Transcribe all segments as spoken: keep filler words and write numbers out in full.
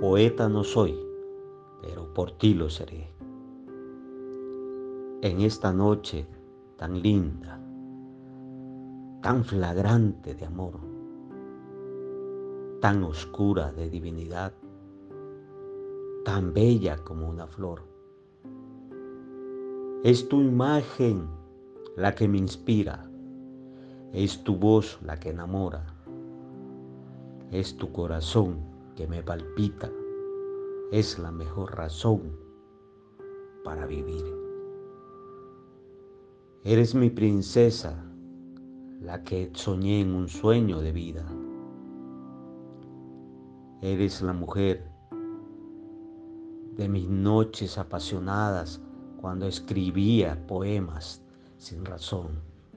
Poeta no soy, pero por ti lo seré. En esta noche tan linda, tan flagrante de amor, tan oscura de divinidad, tan bella como una flor. Es tu imagen la que me inspira, es tu voz la que enamora, es tu corazón que me palpita, es la mejor razón para vivir. Eres mi princesa, la que soñé en un sueño de vida. Eres la mujer de mis noches apasionadas cuando escribía poemas sin razón.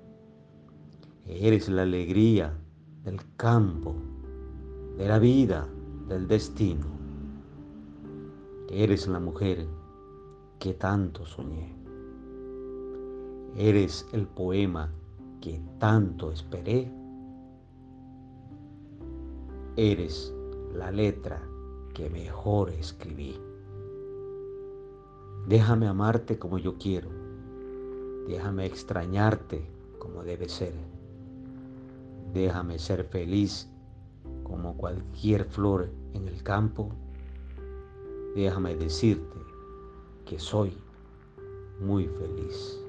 Eres la alegría del campo, de la vida, del destino. Eres la mujer que tanto soñé. Eres el poema que tanto esperé. Eres la letra que mejor escribí. Déjame amarte como yo quiero. Déjame extrañarte como debe ser. Déjame ser feliz como cualquier flor en el campo. Déjame decirte que soy muy feliz.